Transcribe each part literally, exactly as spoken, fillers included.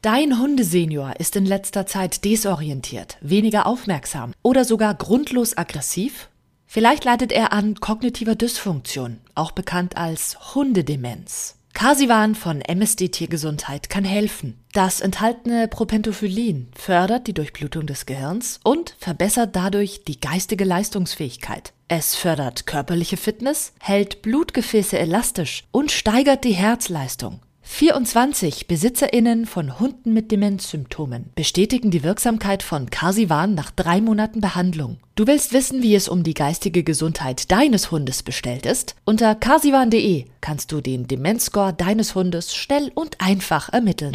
Dein Hundesenior ist in letzter Zeit desorientiert, weniger aufmerksam oder sogar grundlos aggressiv? Vielleicht leidet er an kognitiver Dysfunktion, auch bekannt als Hundedemenz. Casivan von M S D Tiergesundheit kann helfen. Das enthaltene Propentophyllin fördert die Durchblutung des Gehirns und verbessert dadurch die geistige Leistungsfähigkeit. Es fördert körperliche Fitness, hält Blutgefäße elastisch und steigert die Herzleistung. vierundzwanzig BesitzerInnen von Hunden mit Demenzsymptomen bestätigen die Wirksamkeit von Casivan nach drei Monaten Behandlung. Du willst wissen, wie es um die geistige Gesundheit deines Hundes bestellt ist? Unter casivan punkt de kannst du den Demenzscore deines Hundes schnell und einfach ermitteln.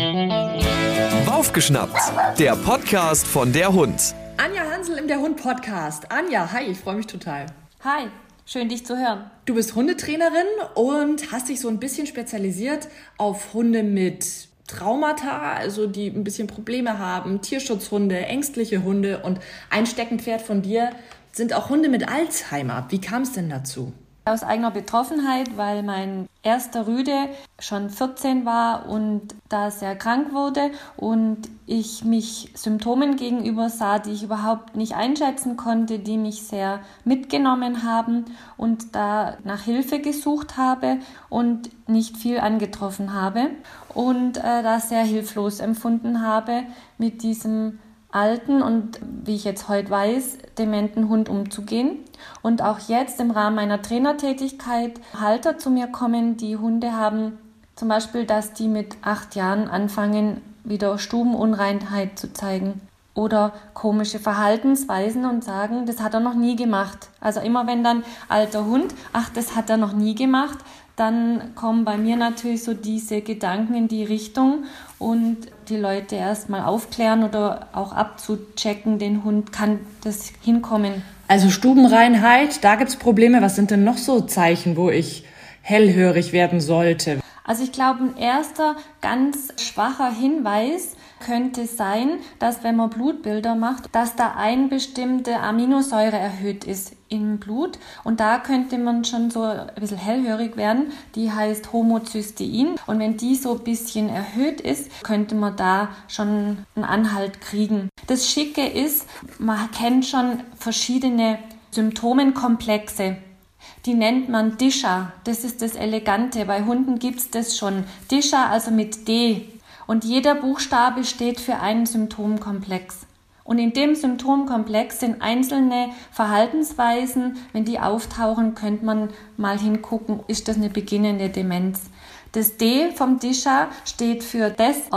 Aufgeschnappt, der Podcast von der Hund. Anja Hansel im Der Hund Podcast. Anja, hi, ich freue mich total. Hi. Schön, dich zu hören. Du bist Hundetrainerin und hast dich so ein bisschen spezialisiert auf Hunde mit Traumata, also die ein bisschen Probleme haben, Tierschutzhunde, ängstliche Hunde, und ein Steckenpferd von dir sind auch Hunde mit Alzheimer. Wie kam es denn dazu? Aus eigener Betroffenheit, weil mein erster Rüde schon vierzehn war und da sehr krank wurde und ich mich Symptomen gegenüber sah, die ich überhaupt nicht einschätzen konnte, die mich sehr mitgenommen haben und da nach Hilfe gesucht habe und nicht viel angetroffen habe und äh, da sehr hilflos empfunden habe, mit diesem alten und, wie ich jetzt heute weiß, dementen Hund umzugehen. Und auch jetzt im Rahmen meiner Trainertätigkeit Halter zu mir kommen, die Hunde haben, zum Beispiel, dass die mit acht Jahren anfangen, wieder Stubenunreinheit zu zeigen oder komische Verhaltensweisen und sagen, das hat er noch nie gemacht. Also immer wenn dann alter Hund, ach, das hat er noch nie gemacht, dann kommen bei mir natürlich so diese Gedanken in die Richtung und die Leute erstmal aufklären oder auch abzuchecken, den Hund, kann das hinkommen. Also Stubenreinheit, da gibt es Probleme. Was sind denn noch so Zeichen, wo ich hellhörig werden sollte? Also ich glaube, ein erster ganz schwacher Hinweis könnte sein, dass wenn man Blutbilder macht, dass da eine bestimmte Aminosäure erhöht ist im Blut. Und da könnte man schon so ein bisschen hellhörig werden. Die heißt Homozystein. Und wenn die so ein bisschen erhöht ist, könnte man da schon einen Anhalt kriegen. Das Schicke ist, man kennt schon verschiedene Symptomenkomplexe. Die nennt man D I S H A. Das ist das Elegante. Bei Hunden gibt es das schon. D I S H A, also mit D. Und jeder Buchstabe steht für einen Symptomkomplex. Und in dem Symptomkomplex sind einzelne Verhaltensweisen, wenn die auftauchen, könnte man mal hingucken, ist das eine beginnende Demenz. Das D vom D I S H A steht für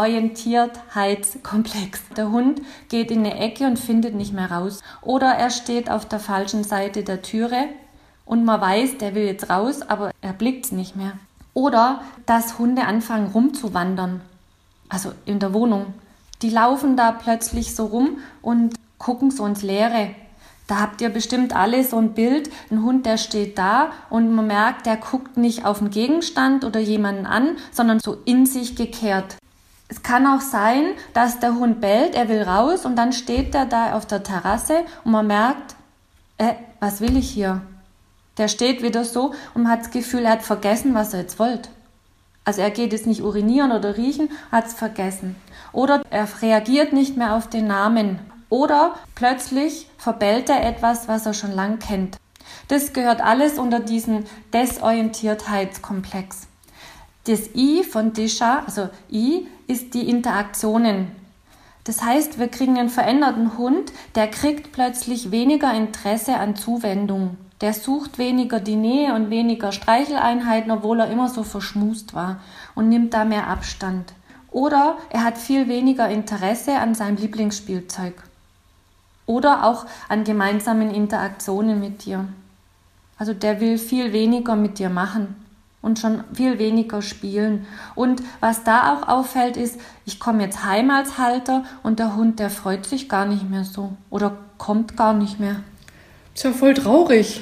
Desorientiertheitskomplex. Der Hund geht in eine Ecke und findet nicht mehr raus. Oder er steht auf der falschen Seite der Türe und man weiß, der will jetzt raus, aber er blickt es nicht mehr. Oder dass Hunde anfangen rumzuwandern. Also in der Wohnung. Die laufen da plötzlich so rum und gucken so ins Leere. Da habt ihr bestimmt alle so ein Bild, ein Hund, der steht da und man merkt, der guckt nicht auf einen Gegenstand oder jemanden an, sondern so in sich gekehrt. Es kann auch sein, dass der Hund bellt, er will raus und dann steht er da auf der Terrasse und man merkt, äh, was will ich hier? Der steht wieder so und hat das Gefühl, er hat vergessen, was er jetzt wollte. Also er geht jetzt nicht urinieren oder riechen, hat es vergessen. Oder er reagiert nicht mehr auf den Namen. Oder plötzlich verbellt er etwas, was er schon lang kennt. Das gehört alles unter diesen Desorientiertheitskomplex. Das I von D I S H A, also I, ist die Interaktionen. Das heißt, wir kriegen einen veränderten Hund, der kriegt plötzlich weniger Interesse an Zuwendung. Der sucht weniger die Nähe und weniger Streicheleinheiten, obwohl er immer so verschmust war und nimmt da mehr Abstand. Oder er hat viel weniger Interesse an seinem Lieblingsspielzeug. Oder auch an gemeinsamen Interaktionen mit dir. Also der will viel weniger mit dir machen und schon viel weniger spielen. Und was da auch auffällt ist, ich komme jetzt heim als Halter und der Hund, der freut sich gar nicht mehr so oder kommt gar nicht mehr. Ist ja voll traurig.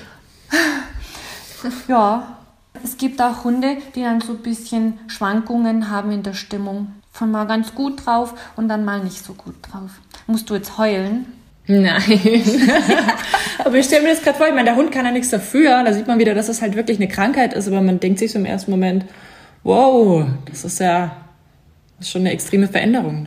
Ja, es gibt auch Hunde, die dann so ein bisschen Schwankungen haben in der Stimmung. Von mal ganz gut drauf und dann mal nicht so gut drauf. Musst du jetzt heulen? Nein. Aber ich stelle mir das gerade vor, ich meine, der Hund kann ja nichts dafür. Da sieht man wieder, dass es halt wirklich eine Krankheit ist. Aber man denkt sich so im ersten Moment, wow, das ist ja das ist schon eine extreme Veränderung.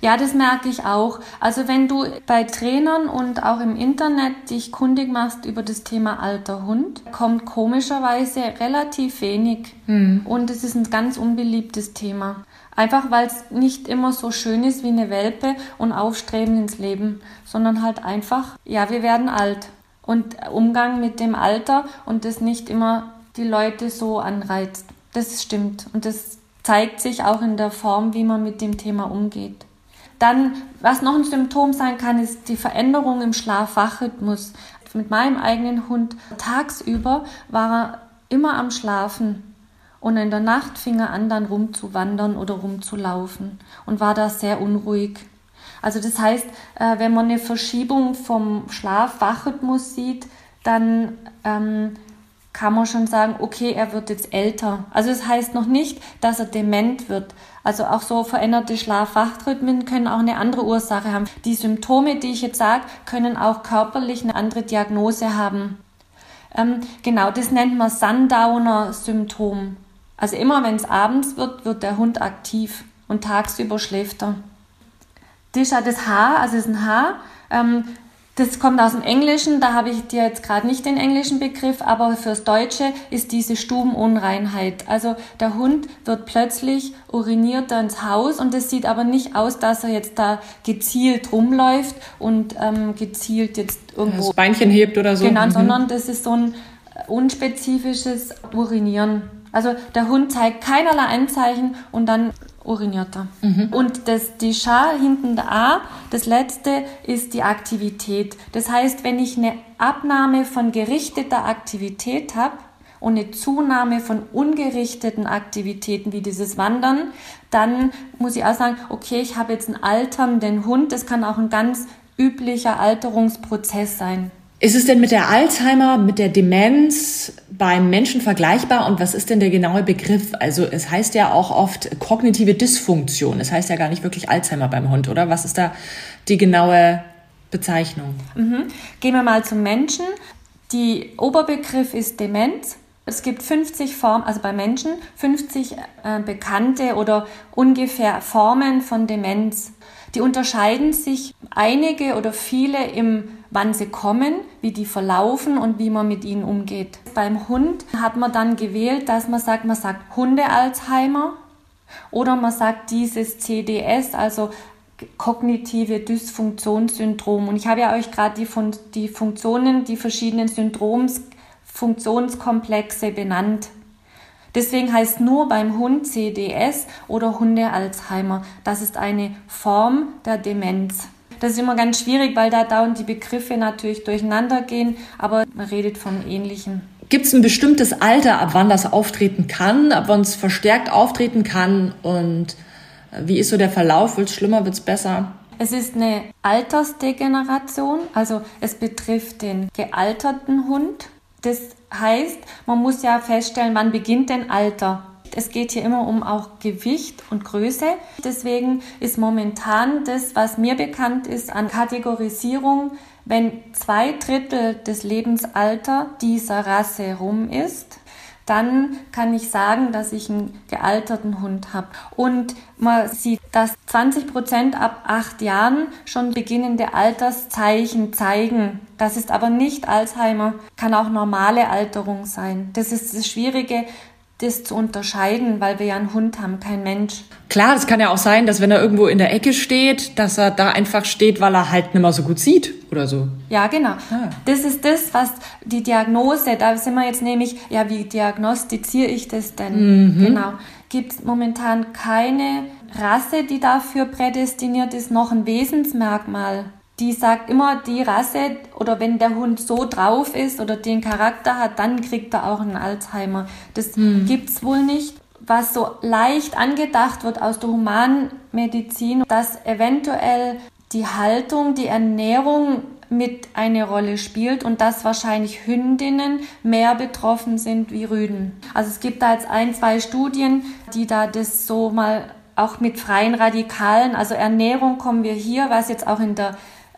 Ja, das merke ich auch. Also wenn du bei Trainern und auch im Internet dich kundig machst über das Thema alter Hund, kommt komischerweise relativ wenig. Mhm. Und es ist ein ganz unbeliebtes Thema. Einfach weil es nicht immer so schön ist wie eine Welpe und aufstreben ins Leben, sondern halt einfach, ja, wir werden alt. Und Umgang mit dem Alter und das nicht immer die Leute so anreizt. Das stimmt. Und das zeigt sich auch in der Form, wie man mit dem Thema umgeht. Dann, was noch ein Symptom sein kann, ist die Veränderung im Schlaf-Wach-Rhythmus. Mit meinem eigenen Hund tagsüber war er immer am Schlafen und in der Nacht fing er an, dann rumzuwandern oder rumzulaufen und war da sehr unruhig. Also das heißt, wenn man eine Verschiebung vom Schlaf-Wach-Rhythmus sieht, dann ähm, kann man schon sagen, okay, er wird jetzt älter. Also das heißt noch nicht, dass er dement wird. Also auch so veränderte Schlaf-Wach-Rhythmen können auch eine andere Ursache haben. Die Symptome, die ich jetzt sage, können auch körperlich eine andere Diagnose haben. Ähm, genau, das nennt man Sundowner-Symptom. Also immer wenn es abends wird, wird der Hund aktiv und tagsüber schläft er. Das ist ja das H, also das ist ein H. Ähm, Das kommt aus dem Englischen, da habe ich dir jetzt gerade nicht den englischen Begriff, aber fürs Deutsche ist diese Stubenunreinheit. Also der Hund wird plötzlich, uriniert er ins Haus und es sieht aber nicht aus, dass er jetzt da gezielt rumläuft und ähm, gezielt jetzt irgendwo das Beinchen hebt oder so. Genau, mhm. sondern das ist so ein unspezifisches Urinieren. Also der Hund zeigt keinerlei Anzeichen und dann uriniert er. Mhm. Und das, die Schar hinten der A, das letzte, ist die Aktivität. Das heißt, wenn ich eine Abnahme von gerichteter Aktivität habe und eine Zunahme von ungerichteten Aktivitäten, wie dieses Wandern, dann muss ich auch sagen, okay, ich habe jetzt einen alternden Hund. Das kann auch ein ganz üblicher Alterungsprozess sein. Ist es denn mit der Alzheimer, mit der Demenz beim Menschen vergleichbar? Und was ist denn der genaue Begriff? Also es heißt ja auch oft kognitive Dysfunktion. Es heißt ja gar nicht wirklich Alzheimer beim Hund, oder? Was ist da die genaue Bezeichnung? Mhm. Gehen wir mal zum Menschen. Die Oberbegriff ist Demenz. Es gibt fünfzig Formen, also bei Menschen, fünfzig äh, bekannte oder ungefähr Formen von Demenz. Die unterscheiden sich einige oder viele im, wann sie kommen, wie die verlaufen und wie man mit ihnen umgeht. Beim Hund hat man dann gewählt, dass man sagt, man sagt Hunde-Alzheimer oder man sagt dieses C D S, also kognitive Dysfunktionssyndrom. Und ich habe ja euch gerade die, die Funktionen, die verschiedenen Syndroms, Funktionskomplexe benannt. Deswegen heißt nur beim Hund C D S oder Hunde-Alzheimer. Das ist eine Form der Demenz. Das ist immer ganz schwierig, weil da dauernd die Begriffe natürlich durcheinander gehen, aber man redet vom Ähnlichen. Gibt es ein bestimmtes Alter, ab wann das auftreten kann, ab wann es verstärkt auftreten kann und wie ist so der Verlauf? Wird es schlimmer, wird es besser? Es ist eine Altersdegeneration, also es betrifft den gealterten Hund. Das heißt, man muss ja feststellen, wann beginnt denn Alter. Es geht hier immer um auch Gewicht und Größe. Deswegen ist momentan das, was mir bekannt ist an Kategorisierung, wenn zwei Drittel des Lebensalters dieser Rasse rum ist, dann kann ich sagen, dass ich einen gealterten Hund habe. Und man sieht, dass zwanzig Prozent ab acht Jahren schon beginnende Alterszeichen zeigen. Das ist aber nicht Alzheimer, kann auch normale Alterung sein. Das ist das Schwierige, das zu unterscheiden, weil wir ja einen Hund haben, kein Mensch. Klar, es kann ja auch sein, dass wenn er irgendwo in der Ecke steht, dass er da einfach steht, weil er halt nicht mehr so gut sieht oder so. Ja, genau. Ah. Das ist das, was die Diagnose, da sind wir jetzt nämlich, ja, wie diagnostiziere ich das denn? Mhm. Genau. Gibt es momentan keine Rasse, die dafür prädestiniert ist, noch ein Wesensmerkmal. Die sagt immer, die Rasse oder wenn der Hund so drauf ist oder den Charakter hat, dann kriegt er auch einen Alzheimer. Das hm. gibt's wohl nicht. Was so leicht angedacht wird aus der Humanmedizin, dass eventuell die Haltung, die Ernährung mit eine Rolle spielt und dass wahrscheinlich Hündinnen mehr betroffen sind wie Rüden. Also es gibt da jetzt ein, zwei Studien, die da das so mal auch mit freien Radikalen, also Ernährung kommen wir hier, was jetzt auch in der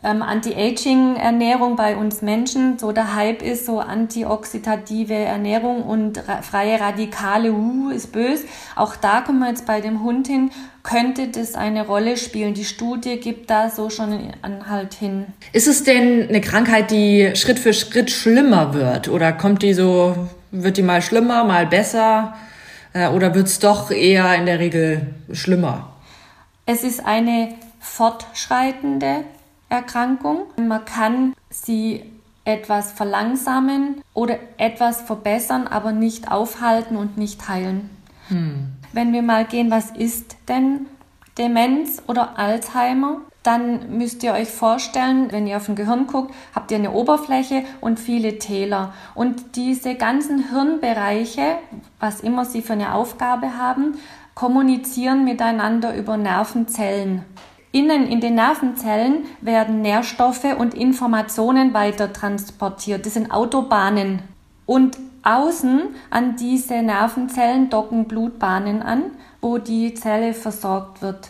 ähm, Anti-Aging-Ernährung bei uns Menschen so der Hype ist, so antioxidative Ernährung und ra- freie Radikale, uh, ist böse. Auch da kommen wir jetzt bei dem Hund hin, könnte das eine Rolle spielen. Die Studie gibt da so schon einen Anhalt hin. Ist es denn eine Krankheit, die Schritt für Schritt schlimmer wird? Oder kommt die so, wird die mal schlimmer, mal besser? Äh, oder wird es doch eher in der Regel schlimmer? Es ist eine fortschreitende Erkrankung. Man kann sie etwas verlangsamen oder etwas verbessern, aber nicht aufhalten und nicht heilen. Hm. Wenn wir mal gehen, was ist denn Demenz oder Alzheimer? Dann müsst ihr euch vorstellen, wenn ihr auf ein Gehirn guckt, habt ihr eine Oberfläche und viele Täler. Und diese ganzen Hirnbereiche, was immer sie für eine Aufgabe haben, kommunizieren miteinander über Nervenzellen. Innen in den Nervenzellen werden Nährstoffe und Informationen weiter transportiert. Das sind Autobahnen. Und außen an diese Nervenzellen docken Blutbahnen an, wo die Zelle versorgt wird.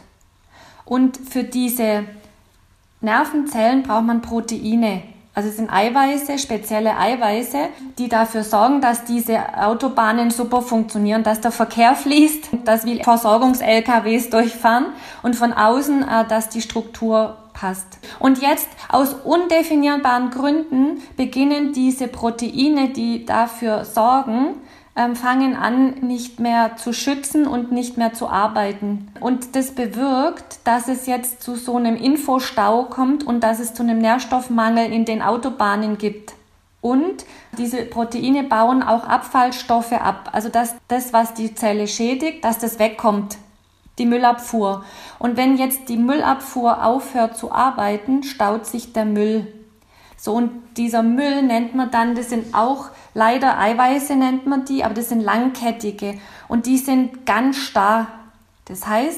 Und für diese Nervenzellen braucht man Proteine. Also es sind Eiweiße, spezielle Eiweiße, die dafür sorgen, dass diese Autobahnen super funktionieren, dass der Verkehr fließt, dass wie Versorgungs-L K Ws durchfahren und von außen, dass die Struktur passt. Und jetzt aus undefinierbaren Gründen beginnen diese Proteine, die dafür sorgen, ähm, fangen an, nicht mehr zu schützen und nicht mehr zu arbeiten. Und das bewirkt, dass es jetzt zu so einem Infostau kommt und dass es zu einem Nährstoffmangel in den Autobahnen gibt. Und diese Proteine bauen auch Abfallstoffe ab. Also dass das, was die Zelle schädigt, dass das wegkommt. Die Müllabfuhr. Und wenn jetzt die Müllabfuhr aufhört zu arbeiten, staut sich der Müll. So, und dieser Müll nennt man dann, das sind auch leider Eiweiße nennt man die, aber das sind langkettige und die sind ganz starr. Das heißt,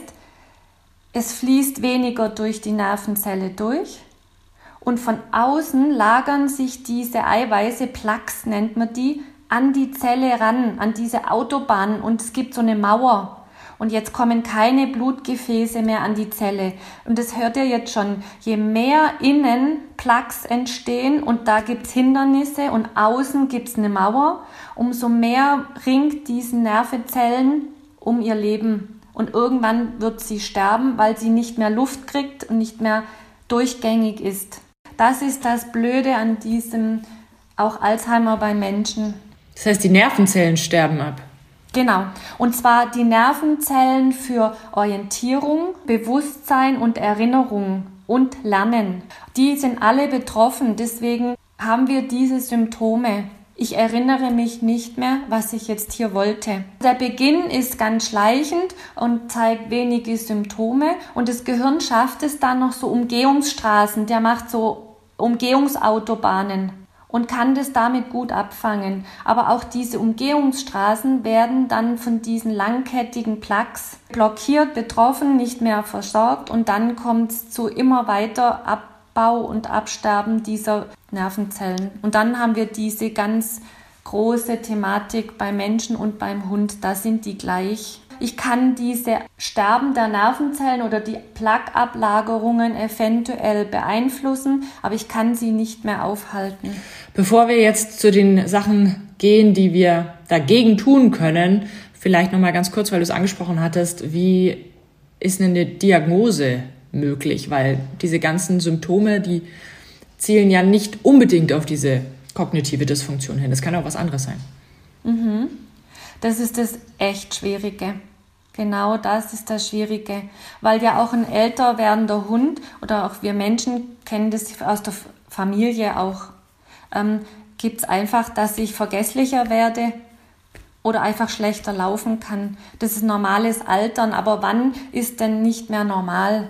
es fließt weniger durch die Nervenzelle durch und von außen lagern sich diese Eiweiße, Plaques nennt man die, an die Zelle ran, an diese Autobahn und es gibt so eine Mauer. Und jetzt kommen keine Blutgefäße mehr an die Zelle. Und das hört ihr jetzt schon. Je mehr innen Plaques entstehen und da gibt's Hindernisse und außen gibt's eine Mauer, umso mehr ringt diesen Nervenzellen um ihr Leben. Und irgendwann wird sie sterben, weil sie nicht mehr Luft kriegt und nicht mehr durchgängig ist. Das ist das Blöde an diesem auch Alzheimer bei Menschen. Das heißt, die Nervenzellen sterben ab. Genau. Und zwar die Nervenzellen für Orientierung, Bewusstsein und Erinnerung und Lernen. Die sind alle betroffen. Deswegen haben wir diese Symptome. Ich erinnere mich nicht mehr, was ich jetzt hier wollte. Der Beginn ist ganz schleichend und zeigt wenige Symptome. Und das Gehirn schafft es dann noch so Umgehungsstraßen. Der macht so Umgehungsautobahnen. Und kann das damit gut abfangen. Aber auch diese Umgehungsstraßen werden dann von diesen langkettigen Plaques blockiert, betroffen, nicht mehr versorgt und dann kommt es zu immer weiter Abbau und Absterben dieser Nervenzellen. Und dann haben wir diese ganz große Thematik beim Menschen und beim Hund, da sind die gleich. Ich kann diese Sterben der Nervenzellen oder die Plaque-Ablagerungen eventuell beeinflussen, aber ich kann sie nicht mehr aufhalten. Bevor wir jetzt zu den Sachen gehen, die wir dagegen tun können, vielleicht nochmal ganz kurz, weil du es angesprochen hattest, wie ist denn eine Diagnose möglich? Weil diese ganzen Symptome, die zielen ja nicht unbedingt auf diese kognitive Dysfunktion hin. Das kann auch was anderes sein. Mhm. Das ist das echt Schwierige. Genau das ist das Schwierige. Weil ja auch ein älter werdender Hund oder auch wir Menschen kennen das aus der Familie auch. Ähm, gibt es einfach, dass ich vergesslicher werde oder einfach schlechter laufen kann. Das ist normales Altern, aber wann ist denn nicht mehr normal?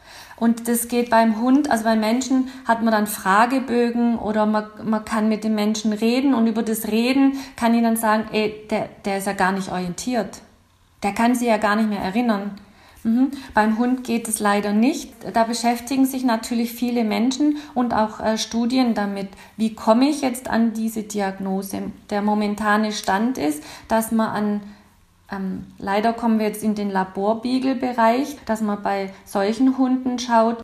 Und das geht beim Hund, also beim Menschen hat man dann Fragebögen oder man, man kann mit dem Menschen reden und über das Reden kann ich dann sagen, ey, der, der ist ja gar nicht orientiert. Der kann sich ja gar nicht mehr erinnern. Mhm. Beim Hund geht es leider nicht. Da beschäftigen sich natürlich viele Menschen und auch äh, Studien damit. Wie komme ich jetzt an diese Diagnose? Der momentane Stand ist, dass man an Ähm, leider kommen wir jetzt in den Laborbeagle-Bereich, dass man bei solchen Hunden schaut,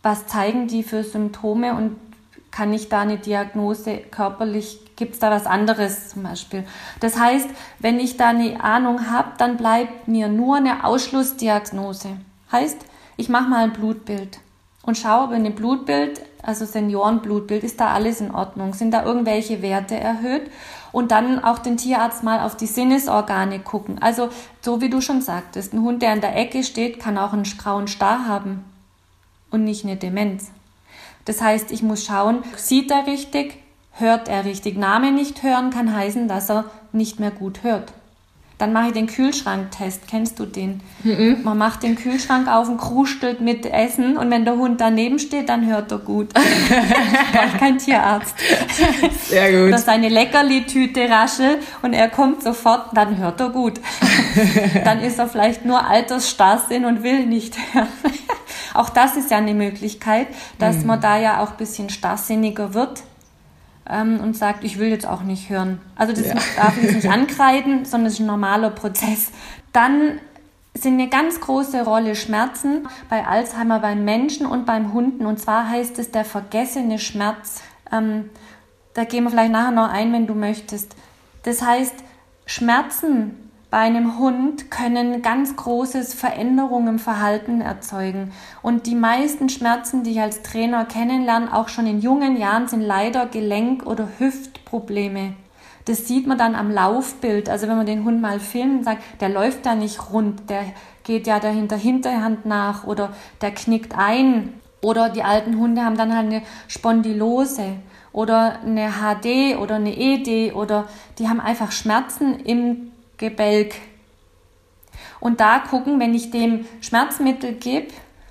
was zeigen die für Symptome und kann ich da eine Diagnose körperlich, gibt es da was anderes zum Beispiel. Das heißt, wenn ich da eine Ahnung habe, dann bleibt mir nur eine Ausschlussdiagnose. Heißt, ich mache mal ein Blutbild und schaue, ob in dem Blutbild, also Seniorenblutbild, ist da alles in Ordnung, sind da irgendwelche Werte erhöht und dann auch den Tierarzt mal auf die Sinnesorgane gucken. Also so wie du schon sagtest, ein Hund, der in der Ecke steht, kann auch einen grauen Star haben und nicht eine Demenz. Das heißt, ich muss schauen, sieht er richtig, hört er richtig. Name nicht hören kann heißen, dass er nicht mehr gut hört. Dann mache ich den Kühlschranktest. Kennst du den? Mhm. Man macht den Kühlschrank auf und krustelt mit Essen und wenn der Hund daneben steht, dann hört er gut. Braucht kein Tierarzt. Sehr gut. Oder seine Leckerli-Tüte raschelt und er kommt sofort, dann hört er gut. Dann ist er vielleicht nur Altersstarrsinn und will nicht hören. Auch das ist ja eine Möglichkeit, dass mhm. man da ja auch ein bisschen starrsinniger wird ähm, und sagt, ich will jetzt auch nicht hören. Also das ja. darf ich nicht ankreiden, sondern es ist ein normaler Prozess. Dann sind eine ganz große Rolle Schmerzen bei Alzheimer beim Menschen und beim Hunden. Und zwar heißt es der vergessene Schmerz. Ähm, da gehen wir vielleicht nachher noch ein, wenn du möchtest. Das heißt, Schmerzen bei einem Hund können ganz große Veränderungen im Verhalten erzeugen. Und die meisten Schmerzen, die ich als Trainer kennenlerne, auch schon in jungen Jahren, sind leider Gelenk- oder Hüftprobleme. Das sieht man dann am Laufbild. Also wenn man den Hund mal filmt und sagt, der läuft da nicht rund, der geht ja dahinter Hinterhand nach oder der knickt ein. Oder die alten Hunde haben dann halt eine Spondylose oder eine H D oder eine E D oder die haben einfach Schmerzen im Gebälk. Und da gucken, wenn ich dem Schmerzmittel gebe,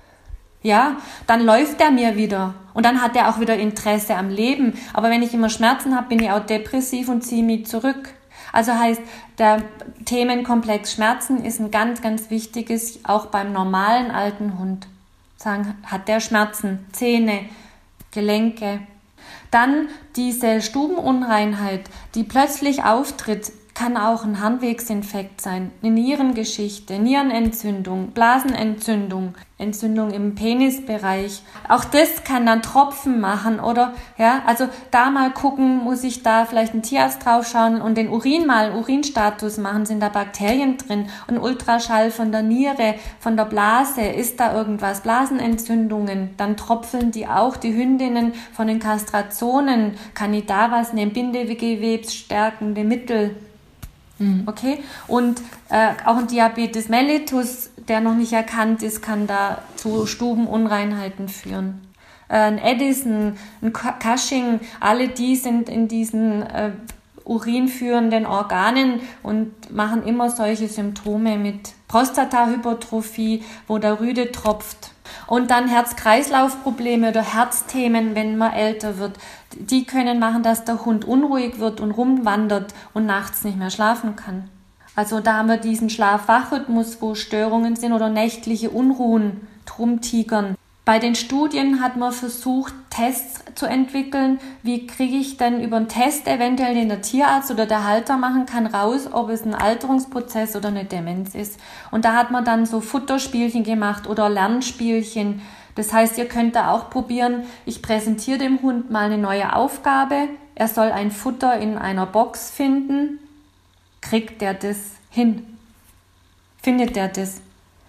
ja, dann läuft er mir wieder. Und dann hat er auch wieder Interesse am Leben. Aber wenn ich immer Schmerzen habe, bin ich auch depressiv und ziehe mich zurück. Also heißt, der Themenkomplex Schmerzen ist ein ganz, ganz wichtiges, auch beim normalen alten Hund. Sagen, hat der Schmerzen, Zähne, Gelenke. Dann diese Stubenunreinheit, die plötzlich auftritt, kann auch ein Harnwegsinfekt sein, eine Nierengeschichte, Nierenentzündung, Blasenentzündung, Entzündung im Penisbereich. Auch das kann dann Tropfen machen oder, ja, also da mal gucken, muss ich da vielleicht einen Tierarzt draufschauen und den Urin mal, Urinstatus machen, sind da Bakterien drin und Ultraschall von der Niere, von der Blase, ist da irgendwas, Blasenentzündungen, dann tropfeln die auch, die Hündinnen von den Kastrationen, kann ich da was nehmen, bindegewebsstärkende Mittel. Okay, und äh, auch ein Diabetes mellitus, der noch nicht erkannt ist, kann da zu Stubenunreinheiten führen. Äh, ein Addison, ein Cushing, alle die sind in diesen äh, urinführenden Organen und machen immer solche Symptome mit Prostatahypertrophie, wo der Rüde tropft. Und dann Herz-Kreislauf-Probleme oder Herzthemen, wenn man älter wird. Die können machen, dass der Hund unruhig wird und rumwandert und nachts nicht mehr schlafen kann. Also da haben wir diesen Schlaf-Wach-Rhythmus, wo Störungen sind oder nächtliche Unruhen, Rumtigern. Bei den Studien hat man versucht, Tests zu entwickeln. Wie kriege ich denn über einen Test, eventuell den der Tierarzt oder der Halter machen kann, raus, ob es ein Alterungsprozess oder eine Demenz ist. Und da hat man dann so Futterspielchen gemacht oder Lernspielchen. Das heißt, ihr könnt da auch probieren, ich präsentiere dem Hund mal eine neue Aufgabe. Er soll ein Futter in einer Box finden. Kriegt der das hin? Findet der das?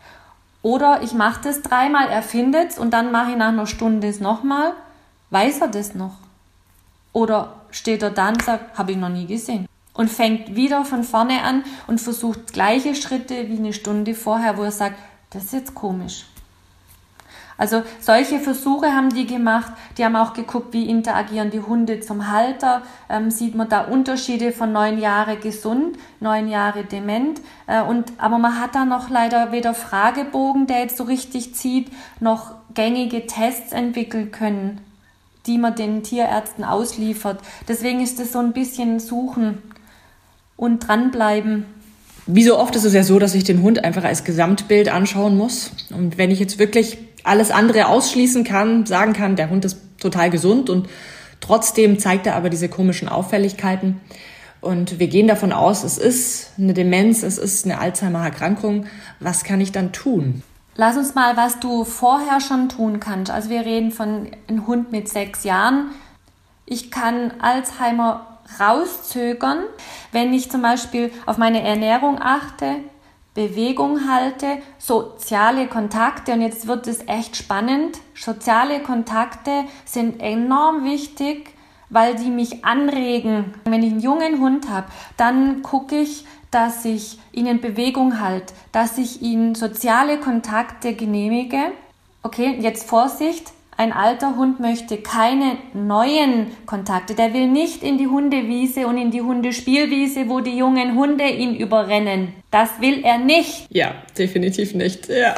Oder ich mache das dreimal, er findet es und dann mache ich nach einer Stunde es nochmal. Weiß er das noch? Oder steht er da und sagt, habe ich noch nie gesehen. Und fängt wieder von vorne an und versucht gleiche Schritte wie eine Stunde vorher, wo er sagt, das ist jetzt komisch. Also solche Versuche haben die gemacht. Die haben auch geguckt, wie interagieren die Hunde zum Halter. Ähm, sieht man da Unterschiede von neun Jahre gesund, neun Jahre dement. Äh, und, aber man hat da noch leider weder Fragebogen, der jetzt so richtig zieht, noch gängige Tests entwickeln können, die man den Tierärzten ausliefert. Deswegen ist es so ein bisschen suchen und dranbleiben. Wie so oft ist es ja so, dass ich den Hund einfach als Gesamtbild anschauen muss. Und wenn ich jetzt wirklich alles andere ausschließen kann, sagen kann, der Hund ist total gesund und trotzdem zeigt er aber diese komischen Auffälligkeiten. Und wir gehen davon aus, es ist eine Demenz, es ist eine Alzheimer-Erkrankung. Was kann ich dann tun? Lass uns mal, was du vorher schon tun kannst. Also wir reden von einem Hund mit sechs Jahren. Ich kann Alzheimer rauszögern, wenn ich zum Beispiel auf meine Ernährung achte, Bewegung halte, soziale Kontakte. Und jetzt wird es echt spannend. Soziale Kontakte sind enorm wichtig, weil die mich anregen. Wenn ich einen jungen Hund habe, dann gucke ich, dass ich ihn in Bewegung halte, dass ich ihn soziale Kontakte genehmige. Okay, jetzt Vorsicht, ein alter Hund möchte keine neuen Kontakte. Der will nicht in die Hundewiese und in die Hundespielwiese, wo die jungen Hunde ihn überrennen. Das will er nicht. Ja, definitiv nicht. Ja.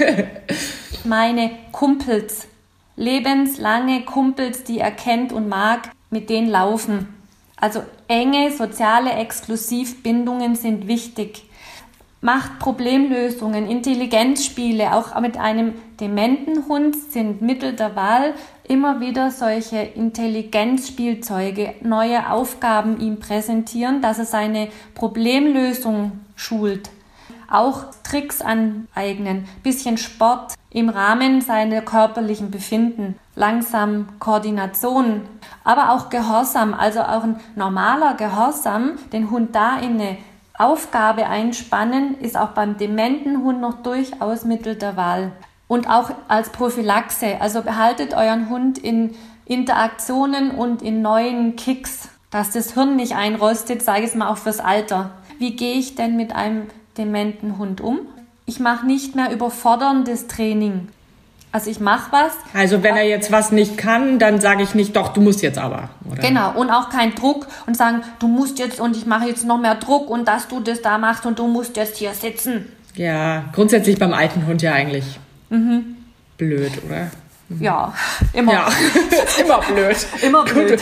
Meine Kumpels, lebenslange Kumpels, die er kennt und mag, mit denen laufen. Also enge soziale Exklusivbindungen sind wichtig. Macht Problemlösungen, Intelligenzspiele. Auch mit einem dementen Hund sind Mittel der Wahl immer wieder solche Intelligenzspielzeuge, neue Aufgaben ihm präsentieren, dass er seine Problemlösung schult. Auch Tricks aneignen, bisschen Sport im Rahmen seiner körperlichen Befinden, langsam Koordination, aber auch Gehorsam, also auch ein normaler Gehorsam, den Hund da in eine Aufgabe einspannen, ist auch beim dementen Hund noch durchaus Mittel der Wahl. Und auch als Prophylaxe, also behaltet euren Hund in Interaktionen und in neuen Kicks, dass das Hirn nicht einrostet, sage ich es mal auch fürs Alter. Wie gehe ich denn mit einem dementen Hund um? Ich mache nicht mehr überforderndes Training. Also ich mache was. Also wenn er jetzt was nicht kann, dann sage ich nicht, doch, du musst jetzt aber. Oder? Genau, und auch kein Druck und sagen, du musst jetzt und ich mache jetzt noch mehr Druck und dass du das da machst und du musst jetzt hier sitzen. Ja, grundsätzlich beim alten Hund ja eigentlich mhm. blöd, oder? Mhm. Ja, immer. Ja, immer blöd. Immer blöd.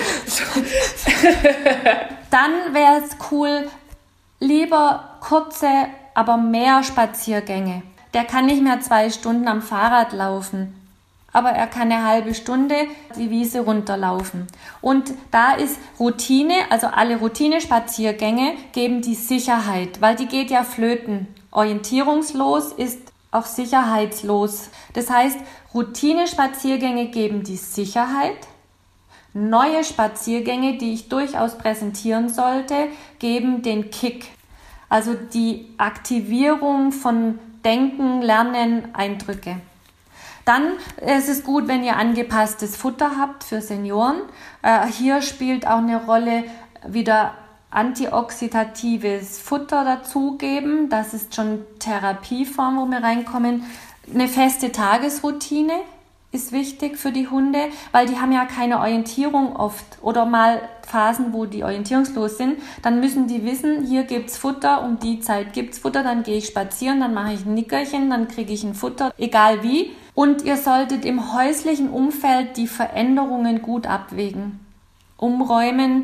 Dann wäre es cool, lieber kurze, aber mehr Spaziergänge. Der kann nicht mehr zwei Stunden am Fahrrad laufen, aber er kann eine halbe Stunde die Wiese runterlaufen. Und da ist Routine, also alle Routine-Spaziergänge geben die Sicherheit, weil die geht ja flöten. Orientierungslos ist auch sicherheitslos. Das heißt, Routine-Spaziergänge geben die Sicherheit. Neue Spaziergänge, die ich durchaus präsentieren sollte, geben den Kick. Also die Aktivierung von Denken, Lernen, Eindrücke. Dann ist es gut, wenn ihr angepasstes Futter habt für Senioren. Äh, hier spielt auch eine Rolle, wieder antioxidatives Futter dazugeben. Das ist schon Therapieform, wo wir reinkommen. Eine feste Tagesroutine ist wichtig für die Hunde, weil die haben ja keine Orientierung oft oder mal Phasen, wo die orientierungslos sind. Dann müssen die wissen, hier gibt's Futter, um die Zeit gibt's Futter, dann gehe ich spazieren, dann mache ich ein Nickerchen, dann kriege ich ein Futter, egal wie. Und ihr solltet im häuslichen Umfeld die Veränderungen gut abwägen. Umräumen,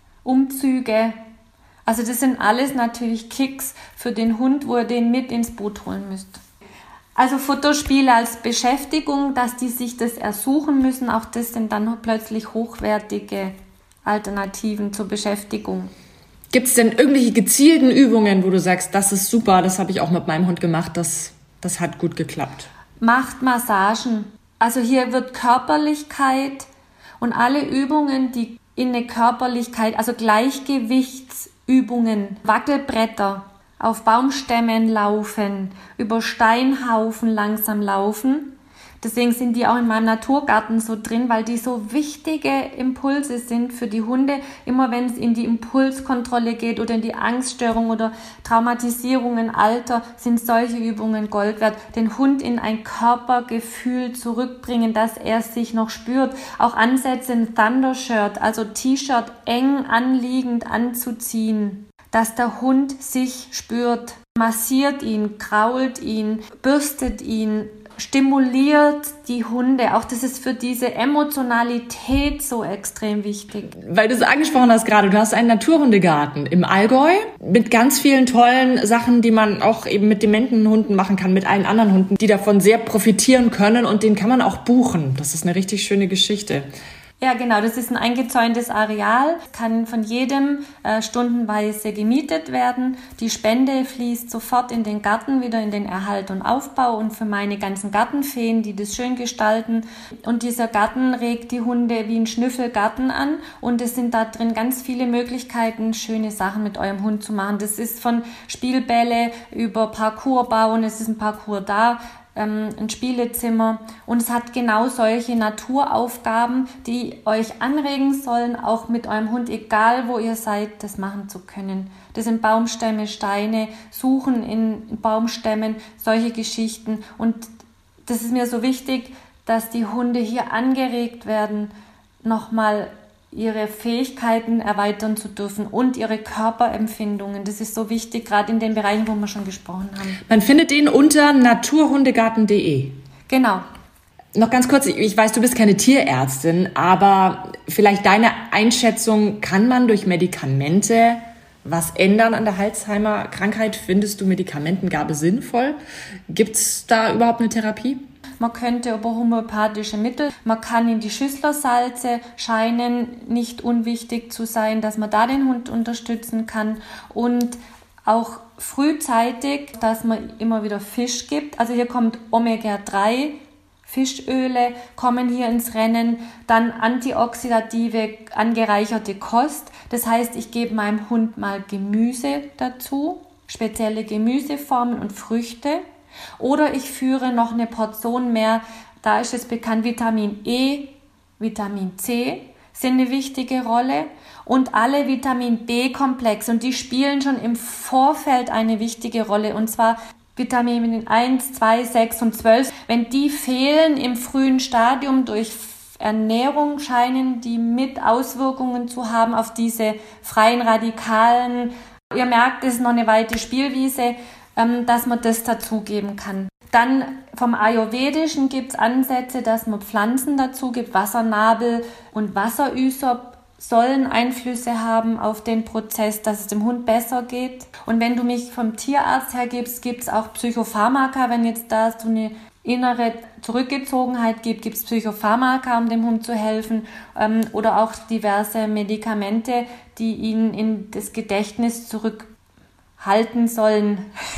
Umzüge. Also das sind alles natürlich Kicks für den Hund, wo ihr den mit ins Boot holen müsst. Also Futterspiele als Beschäftigung, dass die sich das ersuchen müssen, auch das sind dann plötzlich hochwertige Alternativen zur Beschäftigung. Gibt es denn irgendwelche gezielten Übungen, wo du sagst, das ist super, das habe ich auch mit meinem Hund gemacht, das, das hat gut geklappt? Macht Massagen. Also hier wird Körperlichkeit und alle Übungen, die in eine Körperlichkeit, also Gleichgewichtsübungen, Wackelbretter, auf Baumstämmen laufen, über Steinhaufen langsam laufen. Deswegen sind die auch in meinem Naturgarten so drin, weil die so wichtige Impulse sind für die Hunde. Immer wenn es in die Impulskontrolle geht oder in die Angststörung oder Traumatisierung im Alter, sind solche Übungen Gold wert. Den Hund in ein Körpergefühl zurückbringen, dass er sich noch spürt. Auch Ansätze in Thundershirt, also T-Shirt eng anliegend anzuziehen, dass der Hund sich spürt, massiert ihn, krault ihn, bürstet ihn, stimuliert die Hunde. Auch das ist für diese Emotionalität so extrem wichtig. Weil du es angesprochen hast gerade, du hast einen Naturhundegarten im Allgäu mit ganz vielen tollen Sachen, die man auch eben mit dementen Hunden machen kann, mit allen anderen Hunden, die davon sehr profitieren können und den kann man auch buchen. Das ist eine richtig schöne Geschichte. Ja, genau, das ist ein eingezäuntes Areal, kann von jedem äh, stundenweise gemietet werden. Die Spende fließt sofort in den Garten, wieder in den Erhalt und Aufbau und für meine ganzen Gartenfeen, die das schön gestalten. Und dieser Garten regt die Hunde wie ein Schnüffelgarten an und es sind da drin ganz viele Möglichkeiten, schöne Sachen mit eurem Hund zu machen. Das ist von Spielbälle über Parcours bauen, es ist ein Parcours da, ein Spielezimmer und es hat genau solche Naturaufgaben, die euch anregen sollen, auch mit eurem Hund, egal wo ihr seid, das machen zu können. Das sind Baumstämme, Steine, Suchen in Baumstämmen, solche Geschichten und das ist mir so wichtig, dass die Hunde hier angeregt werden, nochmal ihre Fähigkeiten erweitern zu dürfen und ihre Körperempfindungen. Das ist so wichtig, gerade in den Bereichen, wo wir schon gesprochen haben. Man findet den unter naturhundegarten punkt de. Genau. Noch ganz kurz, ich weiß, du bist keine Tierärztin, aber vielleicht deine Einschätzung, kann man durch Medikamente was ändern an der Alzheimer-Krankheit? Findest du Medikamentengabe sinnvoll? Gibt es da überhaupt eine Therapie? Man könnte über homöopathische Mittel, man kann in die Schüsslersalze, scheinen nicht unwichtig zu sein, dass man da den Hund unterstützen kann und auch frühzeitig, dass man immer wieder Fisch gibt. Also hier kommt Omega drei, Fischöle kommen hier ins Rennen, dann antioxidative, angereicherte Kost. Das heißt, ich gebe meinem Hund mal Gemüse dazu, spezielle Gemüseformen und Früchte. Oder ich führe noch eine Portion mehr, da ist es bekannt, Vitamin E, Vitamin C sind eine wichtige Rolle und alle Vitamin B-Komplexe und die spielen schon im Vorfeld eine wichtige Rolle und zwar Vitamin eins, zwei, sechs und zwölf. Wenn die fehlen im frühen Stadium durch Ernährung, scheinen die mit Auswirkungen zu haben auf diese freien Radikalen. Ihr merkt, es ist noch eine weite Spielwiese, dass man das dazugeben kann. Dann vom Ayurvedischen gibt es Ansätze, dass man Pflanzen dazu gibt. Wassernabel und Wasserüsop sollen Einflüsse haben auf den Prozess, dass es dem Hund besser geht. Und wenn du mich vom Tierarzt her gibst, gibt es auch Psychopharmaka. Wenn jetzt da so eine innere Zurückgezogenheit gibt, gibt es Psychopharmaka, um dem Hund zu helfen. Ähm, oder auch diverse Medikamente, die ihn in das Gedächtnis zurück halten sollen,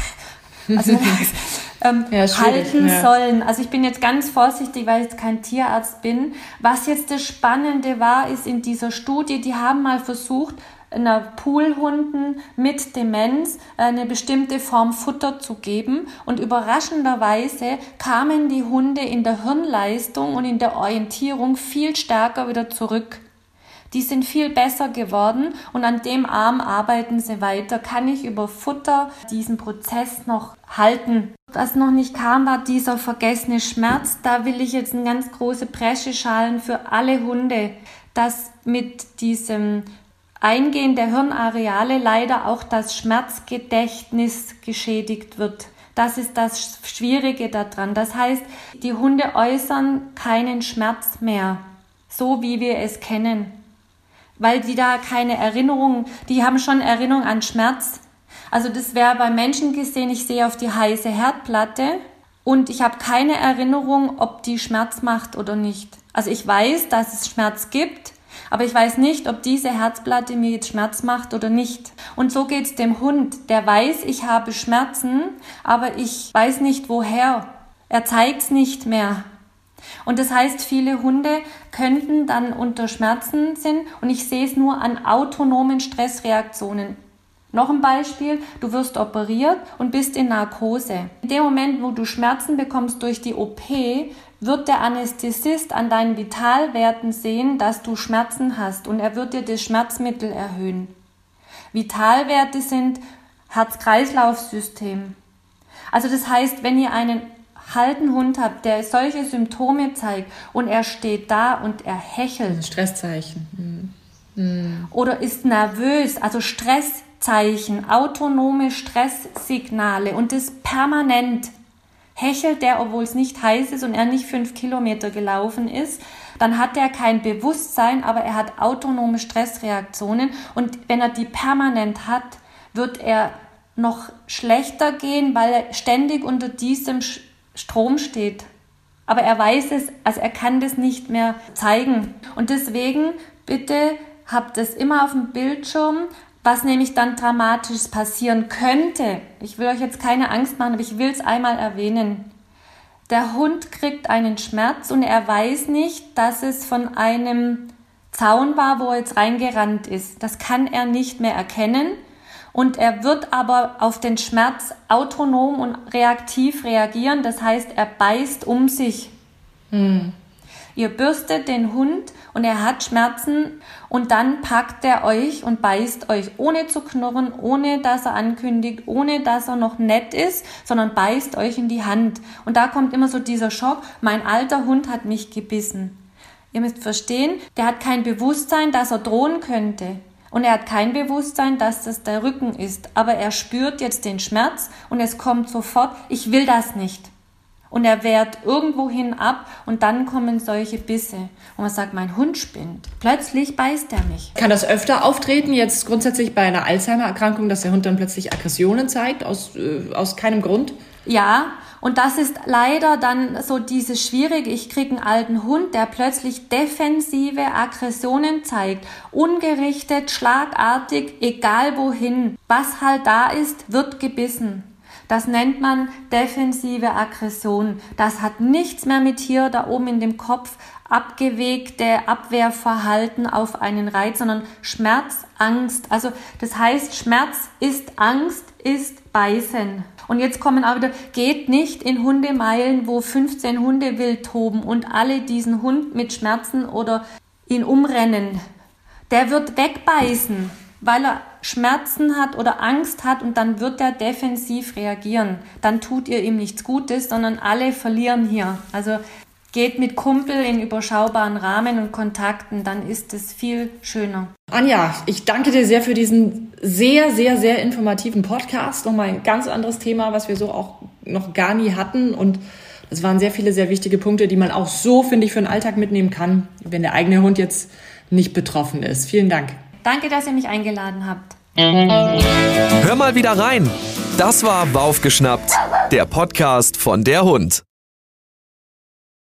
also ähm, ja, halten ja. sollen. Also ich bin jetzt ganz vorsichtig, weil ich jetzt kein Tierarzt bin. Was jetzt das Spannende war, ist in dieser Studie, die haben mal versucht, einer Poolhunden mit Demenz eine bestimmte Form Futter zu geben und überraschenderweise kamen die Hunde in der Hirnleistung und in der Orientierung viel stärker wieder zurück. Die sind viel besser geworden und an dem Arm arbeiten sie weiter. Kann ich über Futter diesen Prozess noch halten? Was noch nicht kam, war dieser vergessene Schmerz. Da will ich jetzt eine ganz große Bresche schallen für alle Hunde, dass mit diesem Eingehen der Hirnareale leider auch das Schmerzgedächtnis geschädigt wird. Das ist das Schwierige daran. Das heißt, die Hunde äußern keinen Schmerz mehr, so wie wir es kennen. Weil die da keine Erinnerung, die haben schon Erinnerung an Schmerz. Also das wäre bei Menschen gesehen, ich sehe auf die heiße Herdplatte und ich habe keine Erinnerung, ob die Schmerz macht oder nicht. Also ich weiß, dass es Schmerz gibt, aber ich weiß nicht, ob diese Herzplatte mir jetzt Schmerz macht oder nicht. Und so geht es dem Hund, der weiß, ich habe Schmerzen, aber ich weiß nicht woher. Er zeigt es nicht mehr. Und das heißt, viele Hunde könnten dann unter Schmerzen sind und ich sehe es nur an autonomen Stressreaktionen. Noch ein Beispiel, du wirst operiert und bist in Narkose. In dem Moment, wo du Schmerzen bekommst durch die O P, wird der Anästhesist an deinen Vitalwerten sehen, dass du Schmerzen hast und er wird dir das Schmerzmittel erhöhen. Vitalwerte sind Herz-Kreislauf-System. Also das heißt, wenn ihr einen halten Hund habt, der solche Symptome zeigt und er steht da und er hechelt. Stresszeichen. Mhm. Oder ist nervös, also Stresszeichen, autonome Stresssignale und das permanent. Hechelt der, obwohl es nicht heiß ist und er nicht fünf Kilometer gelaufen ist, dann hat er kein Bewusstsein, aber er hat autonome Stressreaktionen und wenn er die permanent hat, wird er noch schlechter gehen, weil er ständig unter diesem Strom steht. Aber er weiß es, also er kann das nicht mehr zeigen. Und deswegen bitte habt es immer auf dem Bildschirm, was nämlich dann dramatisch passieren könnte. Ich will euch jetzt keine Angst machen, aber ich will es einmal erwähnen. Der Hund kriegt einen Schmerz und er weiß nicht, dass es von einem Zaun war, wo er jetzt reingerannt ist. Das kann er nicht mehr erkennen. Und er wird aber auf den Schmerz autonom und reaktiv reagieren. Das heißt, er beißt um sich. Hm. Ihr bürstet den Hund und er hat Schmerzen und dann packt er euch und beißt euch, ohne zu knurren, ohne dass er ankündigt, ohne dass er noch nett ist, sondern beißt euch in die Hand. Und da kommt immer so dieser Schock, mein alter Hund hat mich gebissen. Ihr müsst verstehen, der hat kein Bewusstsein, dass er drohen könnte. Und er hat kein Bewusstsein, dass das der Rücken ist. Aber er spürt jetzt den Schmerz und es kommt sofort, ich will das nicht. Und er wehrt irgendwohin ab und dann kommen solche Bisse. Und man sagt, mein Hund spinnt. Plötzlich beißt er mich. Kann das öfter auftreten, jetzt grundsätzlich bei einer Alzheimer-Erkrankung, dass der Hund dann plötzlich Aggressionen zeigt, aus, äh, aus keinem Grund? Ja, und das ist leider dann so dieses Schwierige. Ich kriege einen alten Hund, der plötzlich defensive Aggressionen zeigt. Ungerichtet, schlagartig, egal wohin. Was halt da ist, wird gebissen. Das nennt man defensive Aggression. Das hat nichts mehr mit hier da oben in dem Kopf abgewegte Abwehrverhalten auf einen Reiz, sondern Schmerz, Angst. Also das heißt, Schmerz ist Angst, ist Beißen. Und jetzt kommen auch wieder, geht nicht in Hundemeilen, wo fünfzehn Hunde wild toben und alle diesen Hund mit Schmerzen oder ihn umrennen. Der wird wegbeißen, weil er Schmerzen hat oder Angst hat und dann wird er defensiv reagieren. Dann tut ihr ihm nichts Gutes, sondern alle verlieren hier. Also geht mit Kumpel in überschaubaren Rahmen und Kontakten, dann ist es viel schöner. Anja, ich danke dir sehr für diesen sehr, sehr, sehr informativen Podcast. Nochmal ein ganz anderes Thema, was wir so auch noch gar nie hatten. Und es waren sehr viele, sehr wichtige Punkte, die man auch so, finde ich, für den Alltag mitnehmen kann, wenn der eigene Hund jetzt nicht betroffen ist. Vielen Dank. Danke, dass ihr mich eingeladen habt. Hör mal wieder rein. Das war Waufgeschnappt, der Podcast von der Hund.